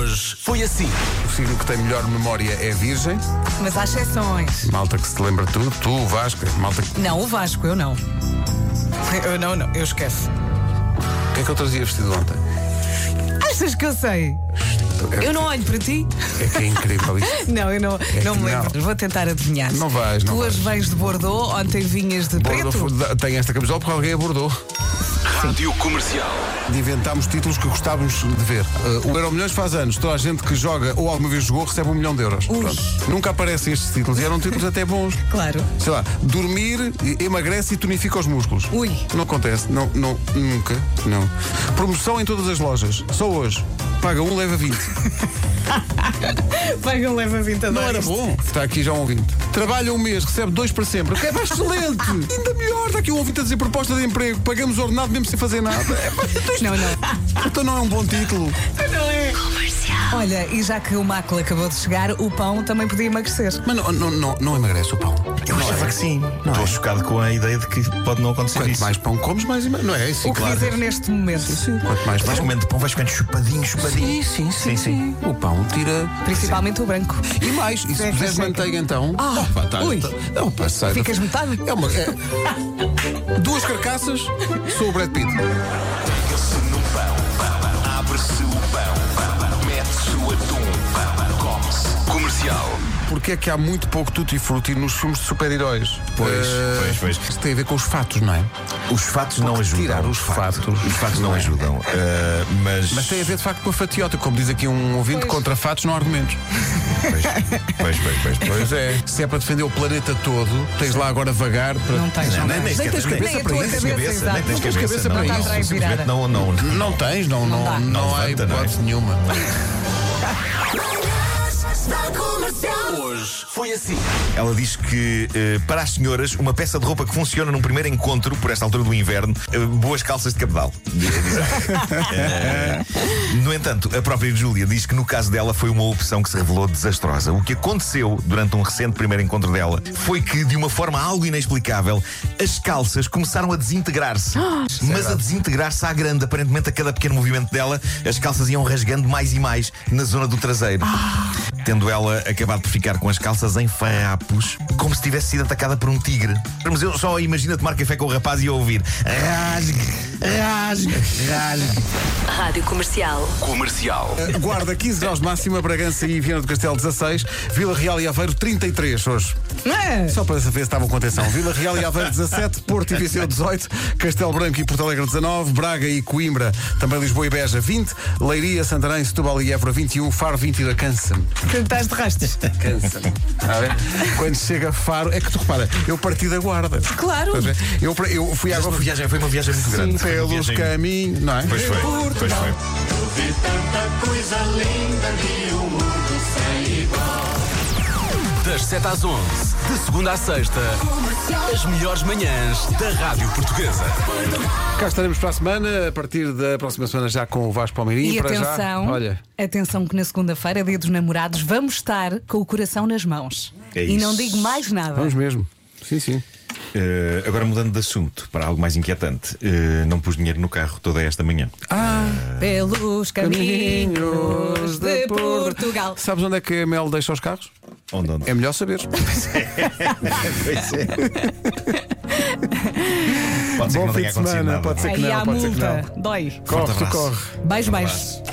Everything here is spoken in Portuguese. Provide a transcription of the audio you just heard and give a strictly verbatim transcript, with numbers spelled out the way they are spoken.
Hoje foi assim. O signo que tem melhor memória é Virgem. Mas há exceções. Malta que se lembra de tudo. Tu, o Vasco, malta que... Não, o Vasco, eu não. Eu não, não, eu esqueço. O que é que eu trazia vestido ontem? Achas que eu sei? É Eu não olho para ti? É que é incrível isto. Não, eu não, É não que me lembro. não. Vou tentar adivinhar. Não vais, não Tu hoje vais. vens de Bordeaux, ontem vinhas de Bordeaux preto. foi- tem esta camisola porque alguém abordou. Rádio Comercial. Inventámos títulos que gostávamos de ver. Uh, o Euro Milhões faz anos. Toda a gente que joga ou alguma vez jogou recebe um milhão de euros. Ui. Pronto. Nunca aparecem estes títulos e eram títulos até bons. Claro. Sei lá, dormir, emagrece e tonifica os músculos. Ui. Não acontece, não, não, nunca, não. Promoção em todas as lojas. Só hoje. Paga um, leva vinte. Pega um leva vinte a Não era dois. bom? Está aqui já um ouvinte. Trabalha um mês, recebe dois para sempre. O que é mais excelente. Ainda melhor. Está aqui um ouvinte a dizer proposta de emprego. Pagamos ordenado mesmo sem fazer nada. É, pá, então isto- Não, não. Então não é um bom título. Não é. Olha, e já que o Marco acabou de chegar, o pão também podia emagrecer. Mas não, não, não, não emagrece o pão. Eu achava que sim. Estou chocado com a ideia de que pode não acontecer Quanto isso. mais pão comes, mais emagrece. Não é isso? O que dizer neste momento? Sim. Quanto mais Vais pão. comendo pão, vais ficando chupadinho, chupadinho. Sim, sim, sim, sim. O pão tira. Principalmente o branco. E mais, e se Seca, puseres seca. manteiga então. Ah, pá, tá- ui. tá- é um passeio. Ficas metade? É uma. é- Duas carcaças, sou o Brad Pitt. Pega-se no pão, abre-se o pão, mete-se o atum, come-se. Comercial. Porque é que há muito pouco tutti-frutti nos filmes de super-heróis? Pois, Eh, pois, pois. Isto tem a ver com os fatos, não é? Os fatos não ajudam. tirar os de facto. fatos. Os fatos não Não é. ajudam. Eh, mas. Mas tem a ver de facto com a fatiota, como diz aqui um ouvinte, Pois. contra fatos não há argumentos. Pois, pois, pois, pois, pois. Pois é. Se é para defender o planeta todo, tens lá agora vagar para. Não tens, não, Nem, nem, tens. sequer tens nem- cabeça nem para tens isso. cabeça, Exato. nem tens Não tens cabeça, cabeça não, para não, isso. simplesmente não, não, não. Não tens, não, não, dá. não, Não há levanta, não é? hipótese nenhuma. Hoje foi assim. Ela diz que eh, para as senhoras, uma peça de roupa que funciona num primeiro encontro, por esta altura do inverno, eh, boas calças de cabedal. Diz ela. Eh, no entanto, a própria Júlia diz que no caso dela foi uma opção que se revelou desastrosa. O que aconteceu durante um recente primeiro encontro dela foi que, de uma forma algo inexplicável, as calças começaram a desintegrar-se. Mas a desintegrar-se à grande. Aparentemente, a cada pequeno movimento dela, as calças iam rasgando mais e mais na zona do traseiro. Tendo ela acabado por ficar com as calças em farrapos, como se tivesse sido atacada por um tigre. Mas eu só imagino tomar café com o rapaz e eu ouvir rasgue, rasgue, rasgue. Rádio Comercial. Comercial. Guarda quinze graus de máxima, Bragança e Viana do Castelo dezasseis, Vila Real e Aveiro trinta e três hoje. Não é? Só para saber se estavam com atenção. Vila Real e Aveiro dezassete, Porto e Viseu dezoito, Castelo Branco e Porto Alegre dezanove, Braga e Coimbra, também Lisboa e Beja vinte, Leiria, Santarém, Setúbal e Évora vinte e um, Faro vinte e dois, cansa-me. Que estás de rastas. Cansa-me. Está a ver? Quando chega Faro, é que tu repara, eu parti da guarda. Claro. Estás a ver? Eu, eu fui Mas agora. uma viagem, foi uma viagem muito grande. Foi uma Pelos viagem- caminhos, não é? Pois foi, pois foi. Vi tanta coisa linda de um mundo sem igual. Das sete às onze, de segunda à sexta, as melhores manhãs da Rádio Portuguesa. Cá estaremos para a semana, a partir da próxima semana já com o Vasco Palmeirinho. E para atenção, já, olha, atenção que na segunda-feira, dia dos namorados, vamos estar com o coração nas mãos. É e isso. não digo mais nada. vamos mesmo. Sim, sim. Eh, agora mudando de assunto para algo mais inquietante, eh, não pus dinheiro no carro toda esta manhã. Pelos caminhos de Portugal. Sabes onde é que a Mel deixa os carros? Onde, onde? É melhor saber. Pois é. Pode ser que Bom não fim tenha de acontecido semana, nada. pode ser que Aí não, há pode ser que multa. não. Dói. Corre, tu abraço. corre. Beijo, beijo.